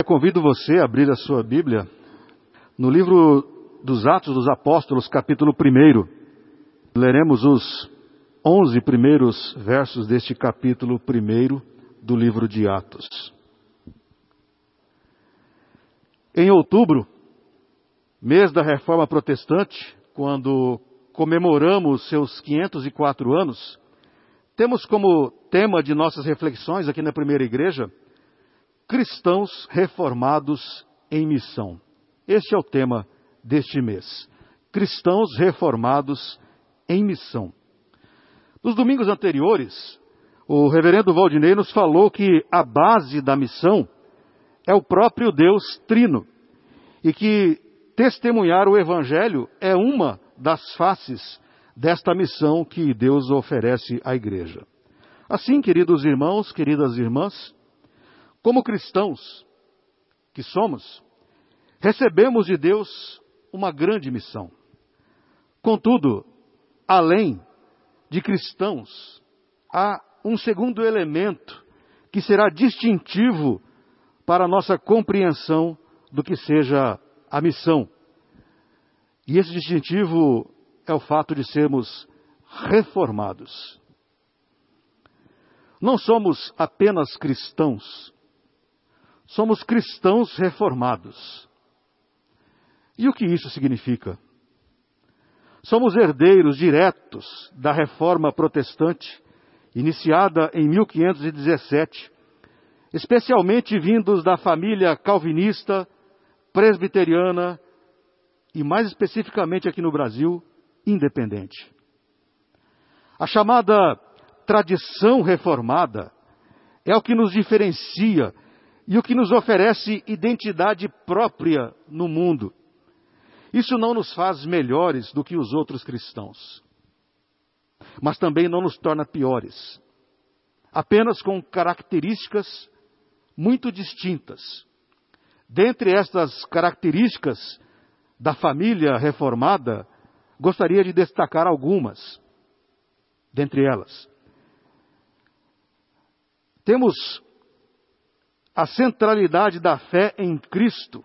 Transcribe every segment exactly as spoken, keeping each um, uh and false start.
convido você a abrir a sua Bíblia no livro dos Atos dos Apóstolos, capítulo primeiro. Leremos os onze primeiros versos deste capítulo primeiro do livro de Atos. Em outubro, mês da Reforma Protestante, quando comemoramos seus quinhentos e quatro anos, temos como tema de nossas reflexões aqui na primeira igreja, cristãos reformados em missão. Este é o tema deste mês. Cristãos reformados em missão. Nos domingos anteriores, o reverendo Valdinei nos falou que a base da missão é o próprio Deus Trino e que testemunhar o Evangelho é uma das faces desta missão que Deus oferece à igreja. Assim, queridos irmãos, queridas irmãs, como cristãos que somos, recebemos de Deus uma grande missão. Contudo, além de cristãos, há um segundo elemento que será distintivo para a nossa compreensão do que seja a missão. E esse distintivo é o fato de sermos reformados. Não somos apenas cristãos, somos cristãos reformados. E o que isso significa? Somos herdeiros diretos da Reforma Protestante, iniciada em mil quinhentos e dezessete, especialmente vindos da família calvinista, presbiteriana e, mais especificamente aqui no Brasil, independente. A chamada tradição reformada é o que nos diferencia e o que nos oferece identidade própria no mundo. Isso não nos faz melhores do que os outros cristãos, mas também não nos torna piores, apenas com características muito distintas. Dentre estas características da família reformada, gostaria de destacar algumas. Dentre elas, temos a centralidade da fé em Cristo,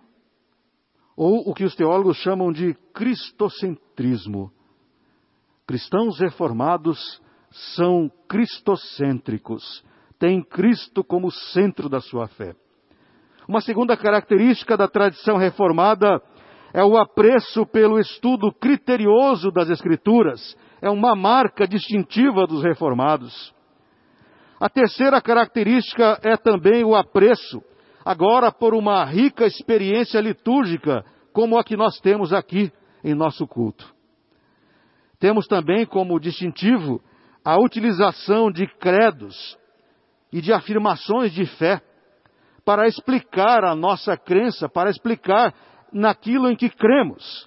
ou o que os teólogos chamam de cristocentrismo. Cristãos reformados são cristocêntricos, têm Cristo como centro da sua fé. Uma segunda característica da tradição reformada é o apreço pelo estudo criterioso das Escrituras. É uma marca distintiva dos reformados. A terceira característica é também o apreço, agora por uma rica experiência litúrgica, como a que nós temos aqui em nosso culto. Temos também como distintivo a utilização de credos e de afirmações de fé para explicar a nossa crença, para explicar naquilo em que cremos.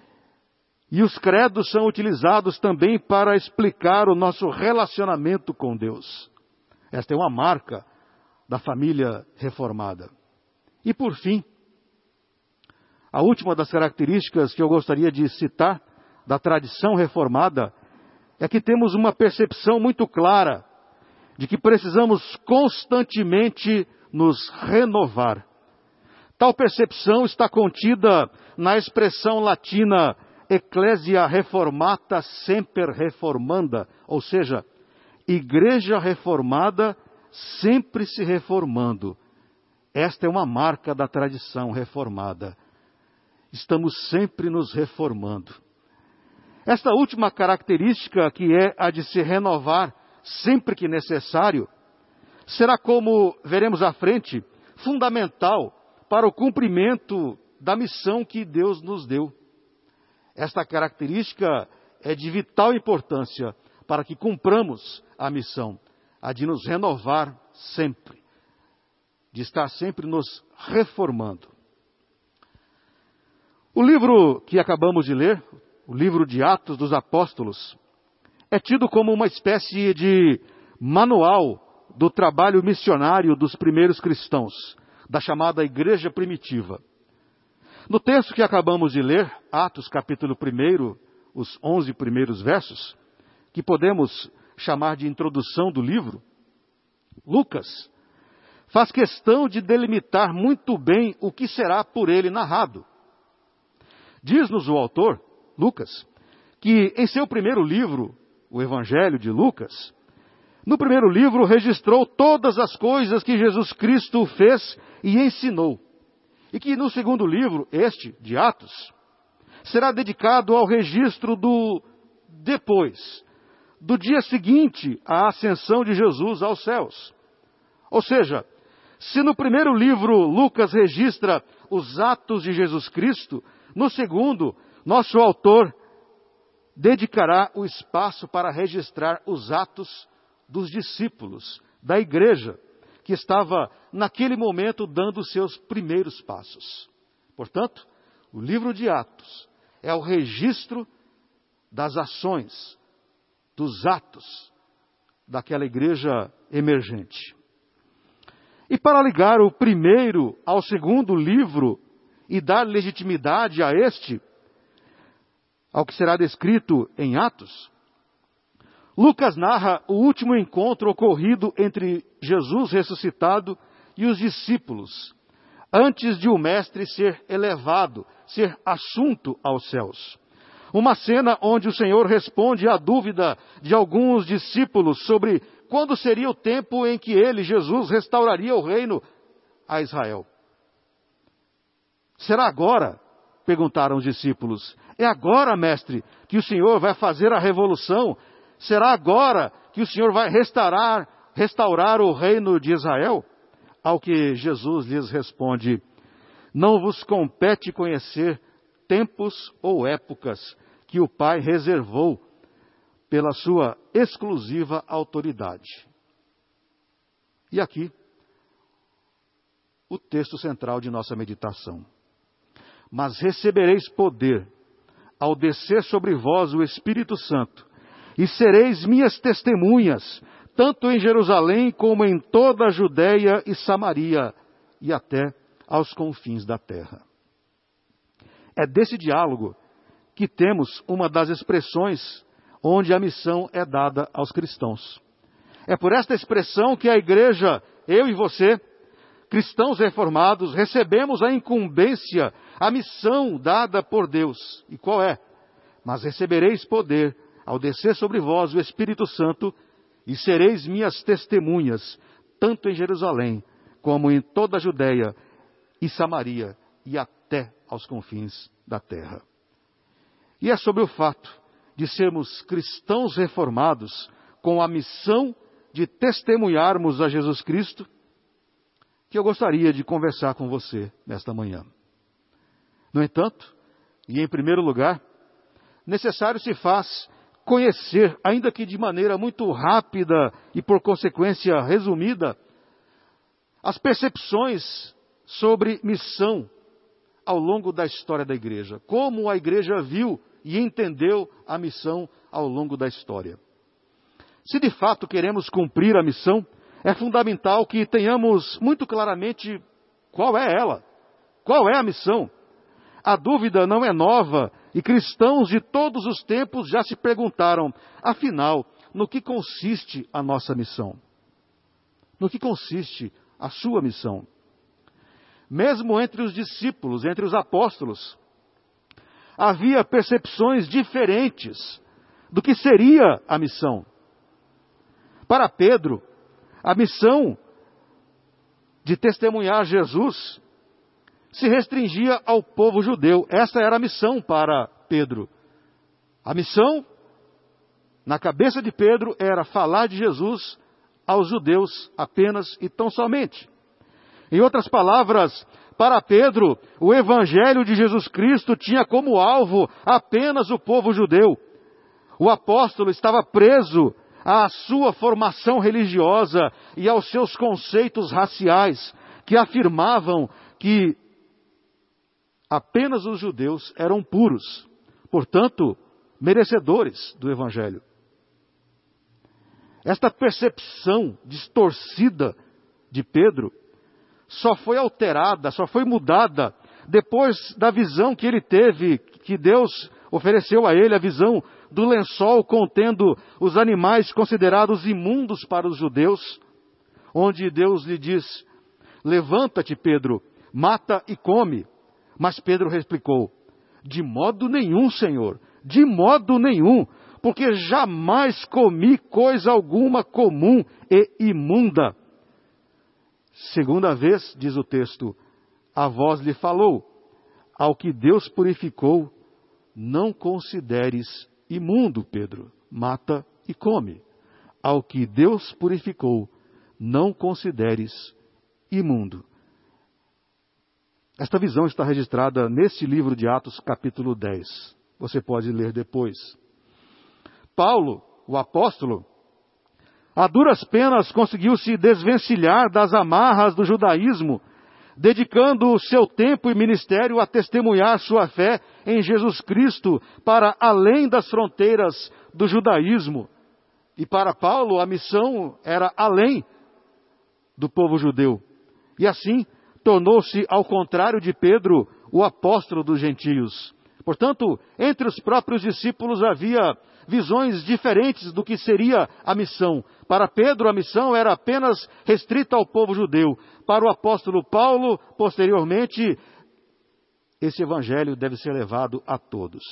E os credos são utilizados também para explicar o nosso relacionamento com Deus. Esta é uma marca da família reformada. E por fim, a última das características que eu gostaria de citar da tradição reformada é que temos uma percepção muito clara de que precisamos constantemente nos renovar. Tal percepção está contida na expressão latina Ecclesia Reformata Semper Reformanda, ou seja, igreja reformada sempre se reformando. Esta é uma marca da tradição reformada. Estamos sempre nos reformando. Esta última característica, que é a de se renovar sempre que necessário, será, como veremos à frente, fundamental para o cumprimento da missão que Deus nos deu. Esta característica é de vital importância para que cumpramos a missão, a de nos renovar sempre, de estar sempre nos reformando. O livro que acabamos de ler, o livro de Atos dos Apóstolos, é tido como uma espécie de manual do trabalho missionário dos primeiros cristãos, da chamada igreja primitiva. No texto que acabamos de ler, Atos capítulo um, os onze primeiros versos, que podemos chamar de introdução do livro, Lucas faz questão de delimitar muito bem o que será por ele narrado. Diz-nos o autor, Lucas, que em seu primeiro livro, o Evangelho de Lucas, no primeiro livro registrou todas as coisas que Jesus Cristo fez e ensinou. E que no segundo livro, este, de Atos, será dedicado ao registro do depois, do dia seguinte à ascensão de Jesus aos céus. Ou seja, se no primeiro livro Lucas registra os atos de Jesus Cristo, no segundo, nosso autor dedicará o espaço para registrar os atos dos discípulos, da igreja, que estava naquele momento dando seus primeiros passos. Portanto, o livro de Atos é o registro das ações, dos atos daquela igreja emergente. E para ligar o primeiro ao segundo livro e dar legitimidade a este, ao que será descrito em Atos, Lucas narra o último encontro ocorrido entre Jesus ressuscitado e os discípulos, antes de o Mestre ser elevado, ser assunto aos céus. Uma cena onde o Senhor responde à dúvida de alguns discípulos sobre quando seria o tempo em que ele, Jesus, restauraria o reino a Israel. Será agora? Perguntaram os discípulos. É agora, mestre, que o Senhor vai fazer a revolução? Será agora que o Senhor vai restaurar, restaurar o reino de Israel? Ao que Jesus lhes responde: não vos compete conhecer tempos ou épocas que o Pai reservou pela sua exclusiva autoridade. E aqui, o texto central de nossa meditação. Mas recebereis poder ao descer sobre vós o Espírito Santo, e sereis minhas testemunhas, tanto em Jerusalém como em toda a Judéia e Samaria, e até aos confins da terra. É desse diálogo que temos uma das expressões onde a missão é dada aos cristãos. É por esta expressão que a igreja, eu e você, cristãos reformados, recebemos a incumbência, a missão dada por Deus. E qual é? Mas recebereis poder ao descer sobre vós o Espírito Santo, e sereis minhas testemunhas, tanto em Jerusalém, como em toda a Judéia e Samaria, e até aos confins da terra. E é sobre o fato de sermos cristãos reformados, com a missão de testemunharmos a Jesus Cristo, que eu gostaria de conversar com você nesta manhã. No entanto, e em primeiro lugar, necessário se faz conhecer, ainda que de maneira muito rápida e por consequência resumida, as percepções sobre missão ao longo da história da igreja. Como a igreja viu e entendeu a missão ao longo da história. Se de fato queremos cumprir a missão, é fundamental que tenhamos muito claramente qual é ela, qual é a missão. A dúvida não é nova e cristãos de todos os tempos já se perguntaram, afinal, no que consiste a nossa missão? No que consiste a sua missão? Mesmo entre os discípulos, entre os apóstolos, havia percepções diferentes do que seria a missão. Para Pedro, a missão de testemunhar Jesus se restringia ao povo judeu. Essa era a missão para Pedro. A missão, na cabeça de Pedro, era falar de Jesus aos judeus apenas e tão somente. Em outras palavras, para Pedro, o Evangelho de Jesus Cristo tinha como alvo apenas o povo judeu. O apóstolo estava preso à sua formação religiosa e aos seus conceitos raciais, que afirmavam que apenas os judeus eram puros, portanto, merecedores do Evangelho. Esta percepção distorcida de Pedro só foi alterada, só foi mudada depois da visão que ele teve, que Deus ofereceu a ele, a visão do lençol contendo os animais considerados imundos para os judeus, onde Deus lhe diz, levanta-te, Pedro, mata e come. Mas Pedro replicou, de modo nenhum, Senhor, de modo nenhum, porque jamais comi coisa alguma comum e imunda. Segunda vez, diz o texto, a voz lhe falou, ao que Deus purificou, não consideres imundo, Pedro, mata e come. Ao que Deus purificou, não consideres imundo. Esta visão está registrada neste livro de Atos, capítulo dez. Você pode ler depois. Paulo, o apóstolo, a duras penas conseguiu se desvencilhar das amarras do judaísmo, dedicando o seu tempo e ministério a testemunhar sua fé em Jesus Cristo para além das fronteiras do judaísmo. E para Paulo a missão era além do povo judeu. E assim tornou-se, ao contrário de Pedro, o apóstolo dos gentios. Portanto, entre os próprios discípulos havia visões diferentes do que seria a missão. Para Pedro, a missão era apenas restrita ao povo judeu. Para o apóstolo Paulo, posteriormente, esse evangelho deve ser levado a todos.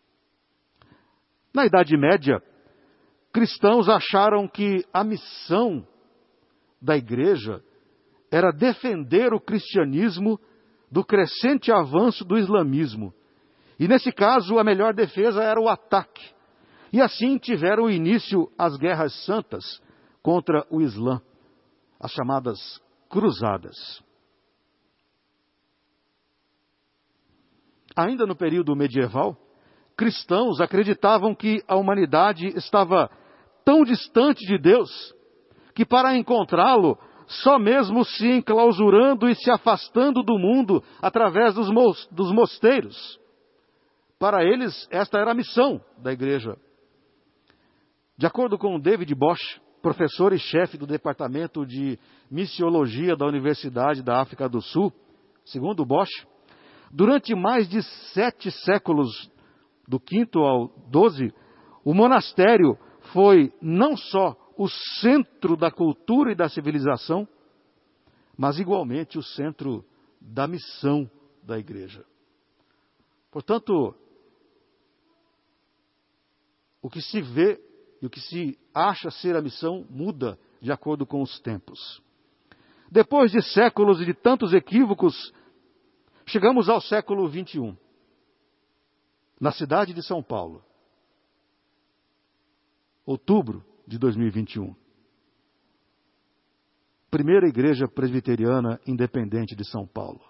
Na Idade Média, cristãos acharam que a missão da igreja era defender o cristianismo do crescente avanço do islamismo. E nesse caso, a melhor defesa era o ataque. E assim tiveram início as guerras santas contra o Islã, as chamadas cruzadas. Ainda no período medieval, cristãos acreditavam que a humanidade estava tão distante de Deus, que para encontrá-lo, só mesmo se enclausurando e se afastando do mundo através dos, mo- dos mosteiros. Para eles, esta era a missão da igreja. De acordo com David Bosch, professor e chefe do Departamento de Missiologia da Universidade da África do Sul, segundo Bosch, durante mais de sete séculos, do quinto ao doze, o monastério foi não só o centro da cultura e da civilização, mas igualmente o centro da missão da igreja. Portanto, o que se vê e o que se acha ser a missão muda de acordo com os tempos. Depois de séculos e de tantos equívocos, chegamos ao século vinte e um, na cidade de São Paulo, outubro de dois mil e vinte e um. Primeira igreja presbiteriana independente de São Paulo.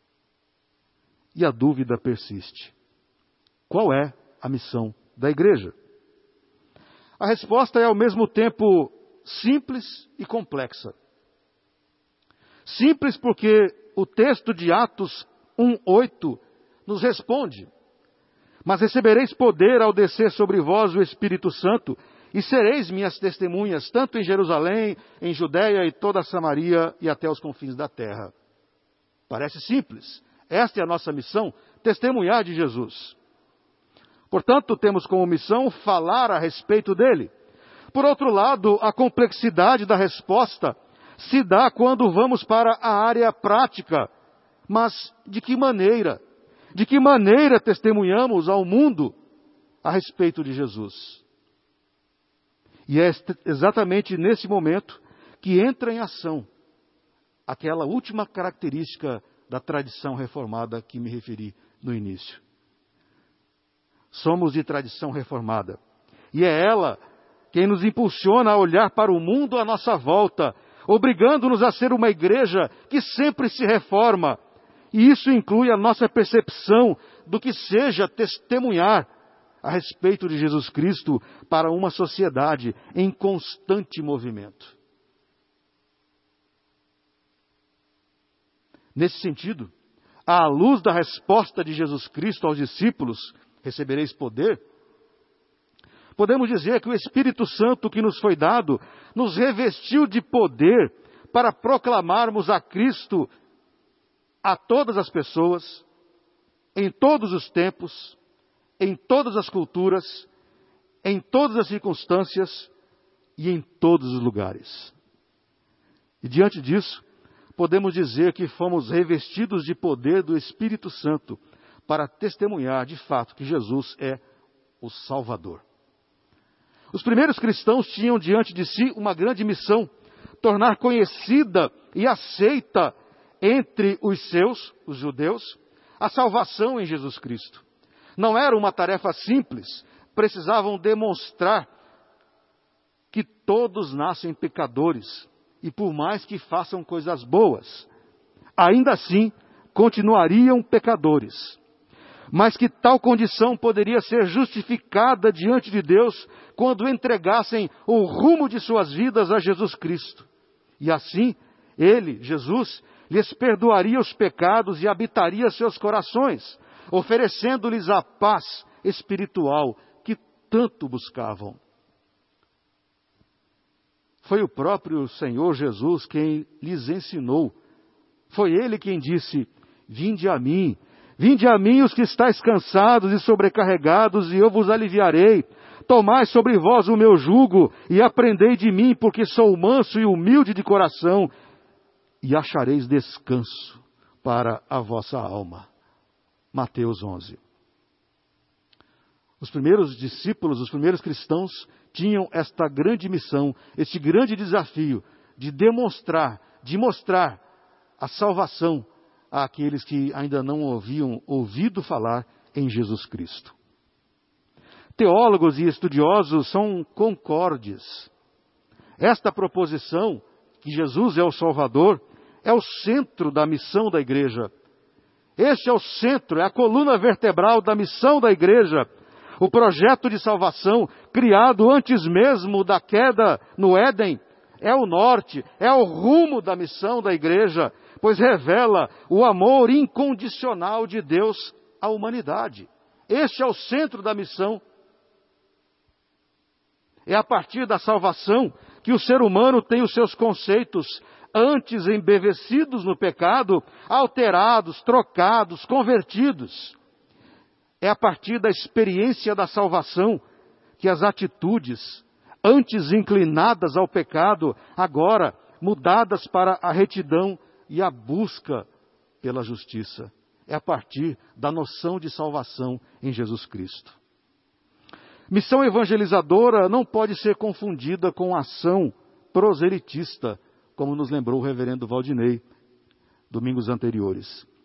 E a dúvida persiste. Qual é a missão da igreja? A resposta é ao mesmo tempo simples e complexa. Simples porque o texto de Atos um, oito nos responde. Mas recebereis poder ao descer sobre vós o Espírito Santo, e sereis minhas testemunhas, tanto em Jerusalém, em Judeia e toda a Samaria e até os confins da terra. Parece simples. Esta é a nossa missão, testemunhar de Jesus. Portanto, temos como missão falar a respeito dele. Por outro lado, a complexidade da resposta se dá quando vamos para a área prática. Mas de que maneira? De que maneira testemunhamos ao mundo a respeito de Jesus? E é exatamente nesse momento que entra em ação aquela última característica da tradição reformada que me referi no início. Somos de tradição reformada. E é ela quem nos impulsiona a olhar para o mundo à nossa volta, obrigando-nos a ser uma igreja que sempre se reforma. E isso inclui a nossa percepção do que seja testemunhar a respeito de Jesus Cristo para uma sociedade em constante movimento. Nesse sentido, à luz da resposta de Jesus Cristo aos discípulos, recebereis poder, podemos dizer que o Espírito Santo que nos foi dado, nos revestiu de poder para proclamarmos a Cristo a todas as pessoas, em todos os tempos, em todas as culturas, em todas as circunstâncias e em todos os lugares. E diante disso, podemos dizer que fomos revestidos de poder do Espírito Santo para testemunhar de fato que Jesus é o Salvador. Os primeiros cristãos tinham diante de si uma grande missão: tornar conhecida e aceita entre os seus, os judeus, a salvação em Jesus Cristo. Não era uma tarefa simples, precisavam demonstrar que todos nascem pecadores e por mais que façam coisas boas, ainda assim continuariam pecadores. Mas que tal condição poderia ser justificada diante de Deus quando entregassem o rumo de suas vidas a Jesus Cristo. E assim, Ele, Jesus, lhes perdoaria os pecados e habitaria seus corações, oferecendo-lhes a paz espiritual que tanto buscavam. Foi o próprio Senhor Jesus quem lhes ensinou. Foi Ele quem disse: vinde a mim, vinde a mim os que estáis cansados e sobrecarregados, e eu vos aliviarei. Tomai sobre vós o meu jugo e aprendei de mim, porque sou manso e humilde de coração, e achareis descanso para a vossa alma. Mateus onze. Os primeiros discípulos, os primeiros cristãos, tinham esta grande missão, este grande desafio de demonstrar, de mostrar a salvação àqueles que ainda não haviam ouvido falar em Jesus Cristo. Teólogos e estudiosos são concordes. Esta proposição, que Jesus é o Salvador, é o centro da missão da igreja. Este é o centro, é a coluna vertebral da missão da igreja. O projeto de salvação, criado antes mesmo da queda no Éden, é o norte, é o rumo da missão da igreja, pois revela o amor incondicional de Deus à humanidade. Este é o centro da missão. É a partir da salvação que o ser humano tem os seus conceitos, antes embevecidos no pecado, alterados, trocados, convertidos. É a partir da experiência da salvação que as atitudes, antes inclinadas ao pecado, agora mudadas para a retidão e a busca pela justiça. É a partir da noção de salvação em Jesus Cristo. Missão evangelizadora não pode ser confundida com ação proselitista, como nos lembrou o reverendo Valdinei, domingos anteriores.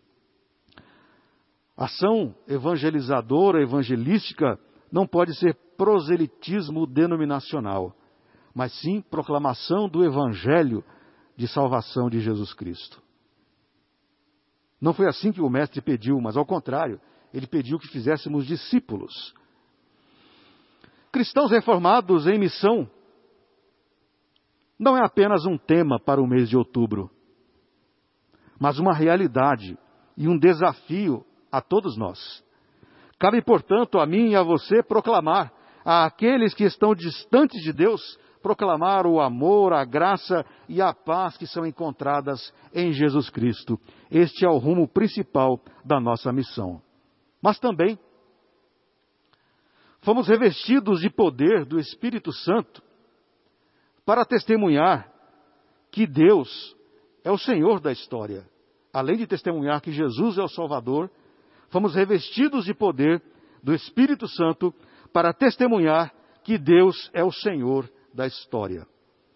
Ação evangelizadora, evangelística, não pode ser proselitismo denominacional, mas sim proclamação do evangelho de salvação de Jesus Cristo. Não foi assim que o mestre pediu, mas ao contrário, ele pediu que fizéssemos discípulos. Cristãos reformados em missão não é apenas um tema para o mês de outubro, mas uma realidade e um desafio a todos nós. Cabe, portanto, a mim e a você proclamar a aqueles que estão distantes de Deus, proclamar o amor, a graça e a paz que são encontradas em Jesus Cristo. Este é o rumo principal da nossa missão. Mas também fomos revestidos de poder do Espírito Santo para testemunhar que Deus é o Senhor da história. Além de testemunhar que Jesus é o Salvador, fomos revestidos de poder do Espírito Santo para testemunhar que Deus é o Senhor da história.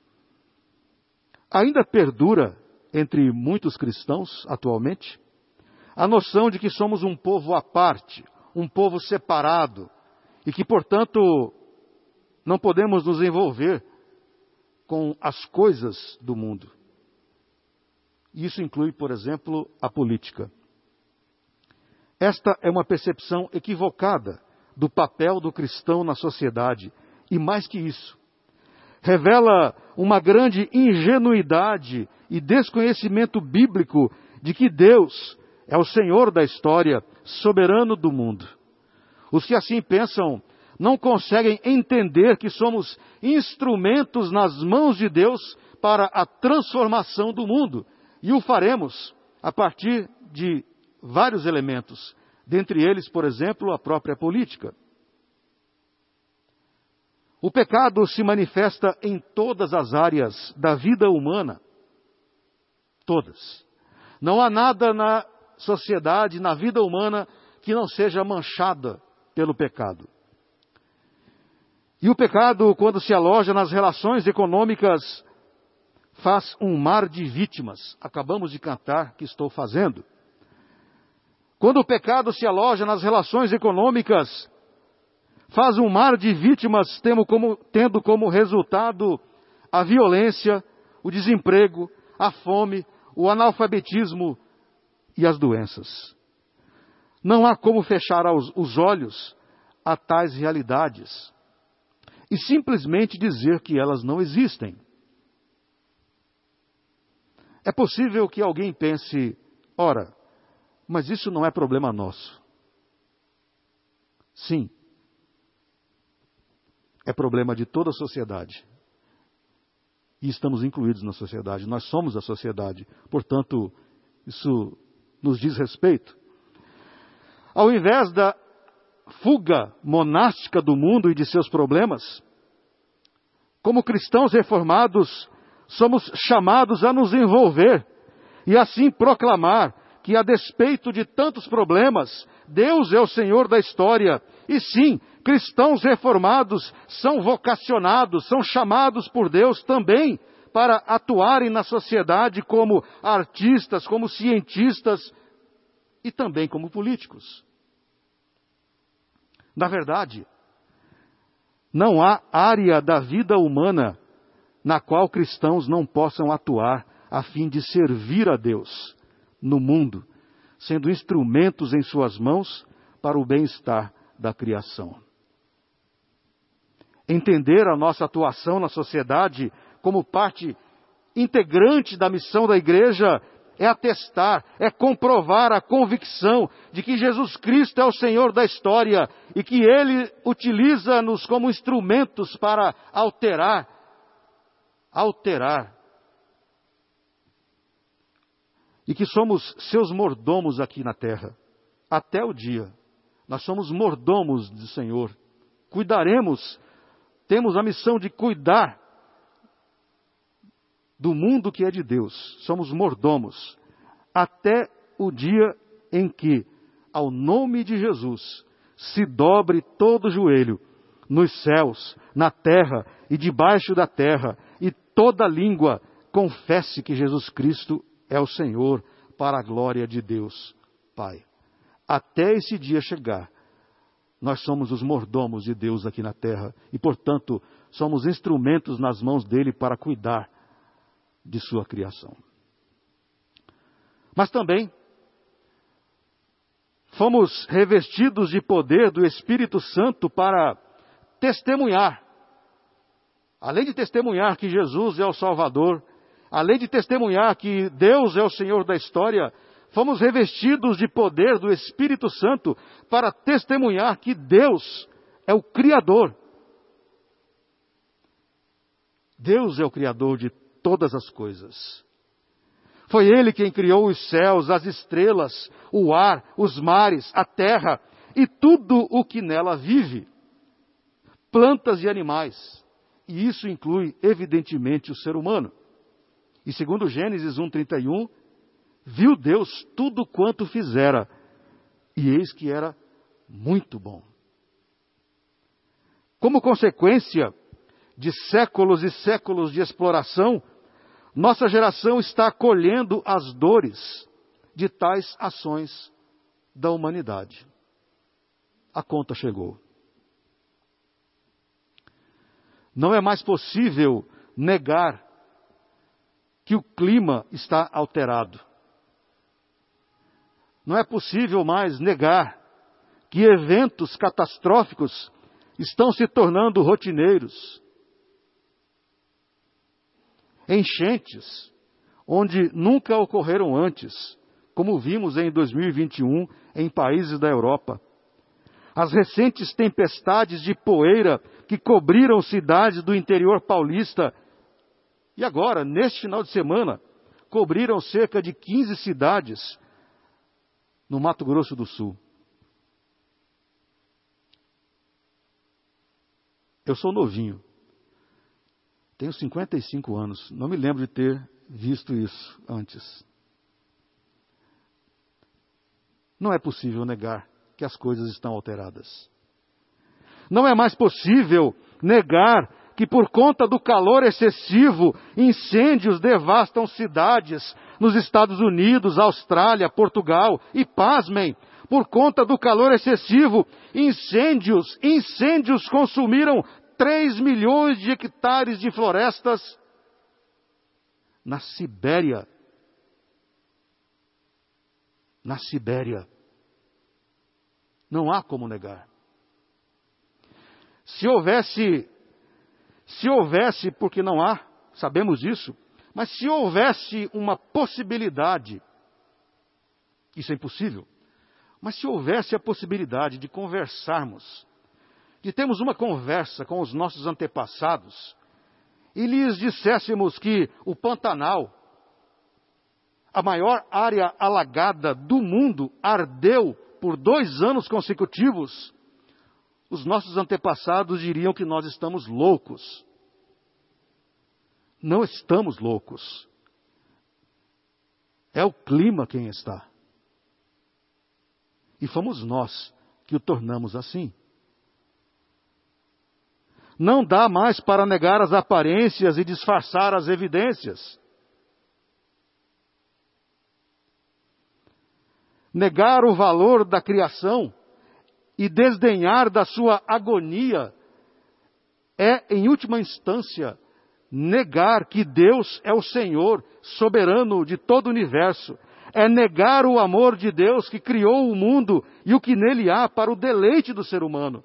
Ainda perdura entre muitos cristãos atualmente a noção de que somos um povo à parte, um povo separado, e que, portanto, não podemos nos envolver com as coisas do mundo. Isso inclui, por exemplo, a política. Esta é uma percepção equivocada do papel do cristão na sociedade, e mais que isso, revela uma grande ingenuidade e desconhecimento bíblico de que Deus é o Senhor da história, soberano do mundo. Os que assim pensam não conseguem entender que somos instrumentos nas mãos de Deus para a transformação do mundo. E o faremos a partir de vários elementos. Dentre eles, por exemplo, a própria política. O pecado se manifesta em todas as áreas da vida humana. Todas. Não há nada na sociedade, na vida humana, que não seja manchada pelo pecado. E o pecado, quando se aloja nas relações econômicas, faz um mar de vítimas. Acabamos de cantar que estou fazendo. Quando o pecado se aloja nas relações econômicas, faz um mar de vítimas, tendo como, tendo como resultado a violência, o desemprego, a fome, o analfabetismo e as doenças. Não há como fechar os, os olhos a tais realidades e simplesmente dizer que elas não existem. É possível que alguém pense, ora, mas isso não é problema nosso. Sim, é problema de toda a sociedade. E estamos incluídos na sociedade, nós somos a sociedade, portanto, isso nos diz respeito. Ao invés da fuga monástica do mundo e de seus problemas, como cristãos reformados, somos chamados a nos envolver e assim proclamar que, a despeito de tantos problemas, Deus é o Senhor da história. E sim, cristãos reformados são vocacionados, são chamados por Deus também para atuarem na sociedade como artistas, como cientistas e também como políticos. Na verdade, não há área da vida humana na qual cristãos não possam atuar a fim de servir a Deus no mundo, sendo instrumentos em suas mãos para o bem-estar da criação. Entender a nossa atuação na sociedade como parte integrante da missão da igreja é atestar, é comprovar a convicção de que Jesus Cristo é o Senhor da história e que Ele utiliza-nos como instrumentos para alterar, alterar, e que somos seus mordomos aqui na terra, até o dia. Nós somos mordomos do Senhor. Cuidaremos, temos a missão de cuidar do mundo que é de Deus. Somos mordomos, até o dia em que, ao nome de Jesus, se dobre todo o joelho, nos céus, na terra e debaixo da terra, e toda língua confesse que Jesus Cristo é o Senhor, para a glória de Deus, Pai. Até esse dia chegar, nós somos os mordomos de Deus aqui na terra, e portanto, somos instrumentos nas mãos dele para cuidar de sua criação. Mas também, fomos revestidos de poder do Espírito Santo para testemunhar. Além de testemunhar que Jesus é o Salvador, além de testemunhar que Deus é o Senhor da história, fomos revestidos de poder do Espírito Santo para testemunhar que Deus é o Criador. Deus é o Criador de todas as coisas. Foi Ele quem criou os céus, as estrelas, o ar, os mares, a terra e tudo o que nela vive, plantas e animais. E isso inclui, evidentemente, o ser humano. E segundo Gênesis um, trinta e um, viu Deus tudo quanto fizera, e eis que era muito bom. Como consequência de séculos e séculos de exploração, nossa geração está colhendo as dores de tais ações da humanidade. A conta chegou. Não é mais possível negar que o clima está alterado. Não é possível mais negar que eventos catastróficos estão se tornando rotineiros. Enchentes, onde nunca ocorreram antes, como vimos em dois mil e vinte e um em países da Europa. As recentes tempestades de poeira que cobriram cidades do interior paulista. E agora, neste final de semana, cobriram cerca de quinze cidades no Mato Grosso do Sul. Eu sou novinho. Tenho cinquenta e cinco anos. Não me lembro de ter visto isso antes. Não é possível negar que as coisas estão alteradas. Não é mais possível negar que por conta do calor excessivo, incêndios devastam cidades nos Estados Unidos, Austrália, Portugal. E pasmem, por conta do calor excessivo, incêndios, incêndios consumiram três milhões de hectares de florestas na Sibéria. Na Sibéria. Não há como negar. Se houvesse, se houvesse, porque não há, sabemos disso, mas se houvesse uma possibilidade, isso é impossível, mas se houvesse a possibilidade de conversarmos, de termos uma conversa com os nossos antepassados, e lhes disséssemos que o Pantanal, a maior área alagada do mundo, ardeu por dois anos consecutivos, os nossos antepassados diriam que nós estamos loucos. Não estamos loucos. É o clima quem está. E fomos nós que o tornamos assim. Não dá mais para negar as aparências e disfarçar as evidências. Negar o valor da criação e desdenhar da sua agonia é, em última instância, negar que Deus é o Senhor soberano de todo o universo. É negar o amor de Deus que criou o mundo e o que nele há para o deleite do ser humano.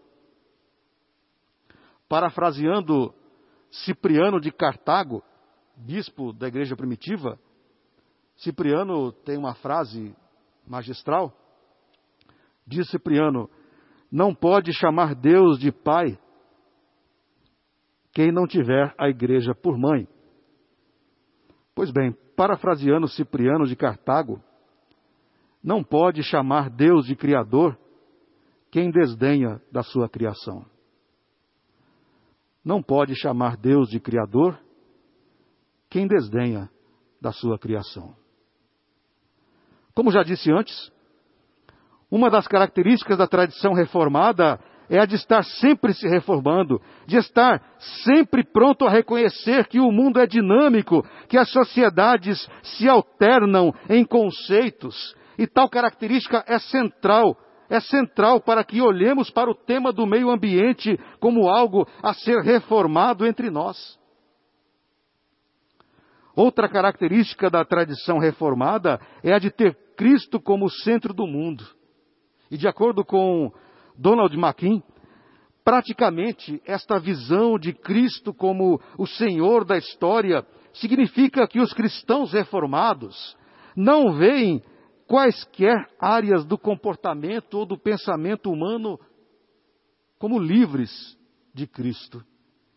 Parafraseando Cipriano de Cartago, bispo da igreja primitiva, Cipriano tem uma frase magistral. Diz Cipriano: não pode chamar Deus de pai quem não tiver a igreja por mãe. Pois bem, parafraseando Cipriano de Cartago, não pode chamar Deus de criador quem desdenha da sua criação. Não pode chamar Deus de criador quem desdenha da sua criação. Como já disse antes, uma das características da tradição reformada é a de estar sempre se reformando, de estar sempre pronto a reconhecer que o mundo é dinâmico, que as sociedades se alternam em conceitos, e tal característica é central, é central para que olhemos para o tema do meio ambiente como algo a ser reformado entre nós. Outra característica da tradição reformada é a de ter Cristo como centro do mundo. E de acordo com Donald McKee, praticamente esta visão de Cristo como o Senhor da história significa que os cristãos reformados não veem quaisquer áreas do comportamento ou do pensamento humano como livres de Cristo.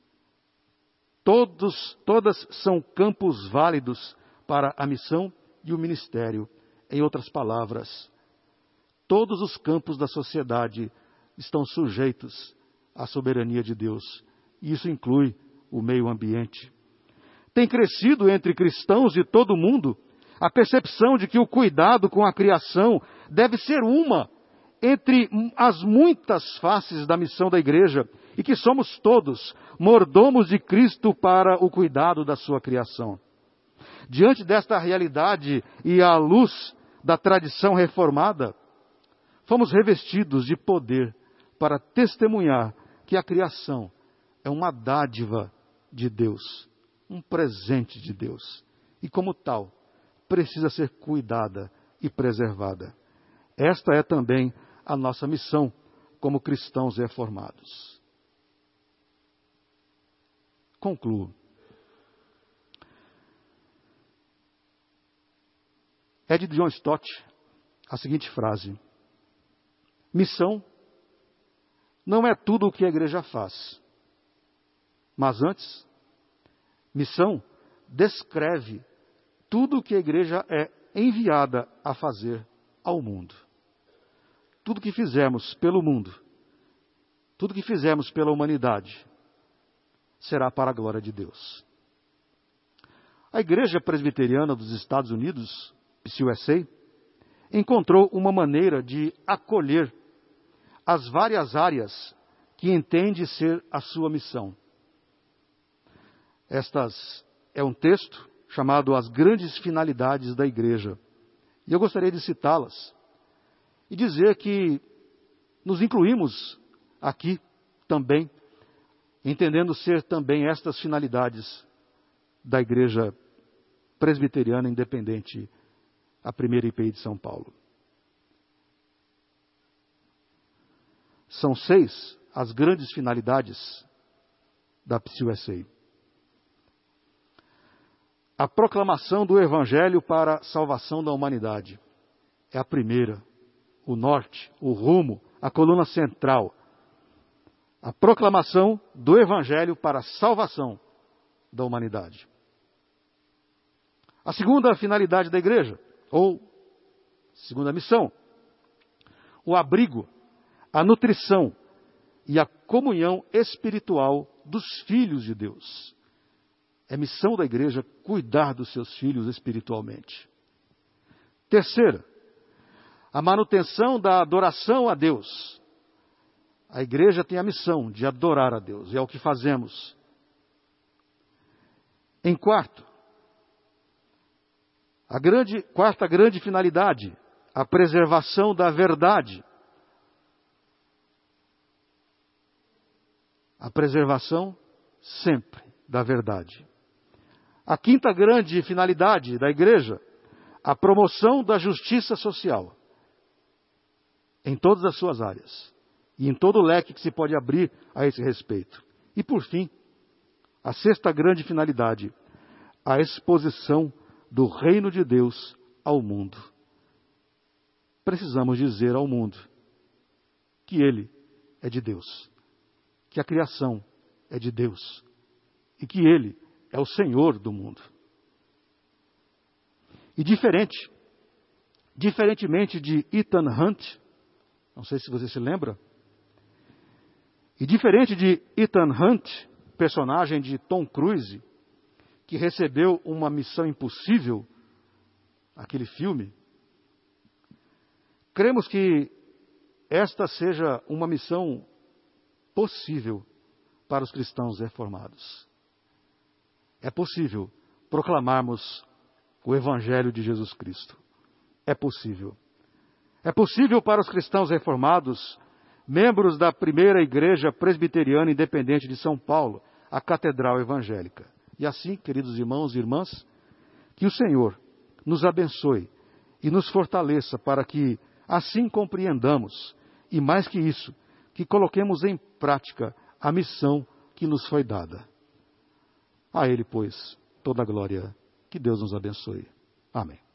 Todos, todas são campos válidos para a missão e o ministério. Em outras palavras, todos os campos da sociedade estão sujeitos à soberania de Deus. E isso inclui o meio ambiente. Tem crescido entre cristãos de todo o mundo a percepção de que o cuidado com a criação deve ser uma entre as muitas faces da missão da igreja e que somos todos mordomos de Cristo para o cuidado da sua criação. Diante desta realidade e à luz da tradição reformada, fomos revestidos de poder para testemunhar que a criação é uma dádiva de Deus, um presente de Deus, e como tal, precisa ser cuidada e preservada. Esta é também a nossa missão como cristãos reformados. Concluo. É de John Stott a seguinte frase: missão não é tudo o que a igreja faz, mas antes, missão descreve tudo o que a igreja é enviada a fazer ao mundo. Tudo que fizermos pelo mundo, tudo que fizermos pela humanidade, será para a glória de Deus. A Igreja Presbiteriana dos Estados Unidos, P C U S A, encontrou uma maneira de acolher as várias áreas que entende ser a sua missão. Estas é um texto chamado As Grandes Finalidades da Igreja. E eu gostaria de citá-las e dizer que nos incluímos aqui também, entendendo ser também estas finalidades da Igreja Presbiteriana Independente, a primeira I P I de São Paulo. São seis as grandes finalidades da P C U S A. A proclamação do Evangelho para a salvação da humanidade é a primeira, o norte, o rumo, a coluna central. A proclamação do Evangelho para a salvação da humanidade. A segunda finalidade da igreja, ou segunda missão, o abrigo, a nutrição e a comunhão espiritual dos filhos de Deus. É missão da igreja cuidar dos seus filhos espiritualmente. Terceira, a manutenção da adoração a Deus. A igreja tem a missão de adorar a Deus, e é o que fazemos. Em quarto, a grande, quarta grande finalidade, a preservação da verdade. A preservação sempre da verdade. A quinta grande finalidade da igreja, a promoção da justiça social. Em todas as suas áreas. E em todo o leque que se pode abrir a esse respeito. E por fim, a sexta grande finalidade, a exposição do reino de Deus ao mundo. Precisamos dizer ao mundo que Ele é de Deus, que a criação é de Deus e que Ele é o Senhor do mundo. E diferente, diferentemente de Ethan Hunt, não sei se você se lembra, e diferente de Ethan Hunt, personagem de Tom Cruise, que recebeu uma missão impossível, aquele filme, cremos que esta seja uma missão possível para os cristãos reformados. É possível proclamarmos o Evangelho de Jesus Cristo. É possível. É possível para os cristãos reformados, membros da primeira Igreja Presbiteriana Independente de São Paulo, a Catedral Evangélica. E assim, queridos irmãos e irmãs, que o Senhor nos abençoe e nos fortaleça para que assim compreendamos, e mais que isso, que coloquemos em prática a missão que nos foi dada. A Ele, pois, toda a glória. Que Deus nos abençoe. Amém.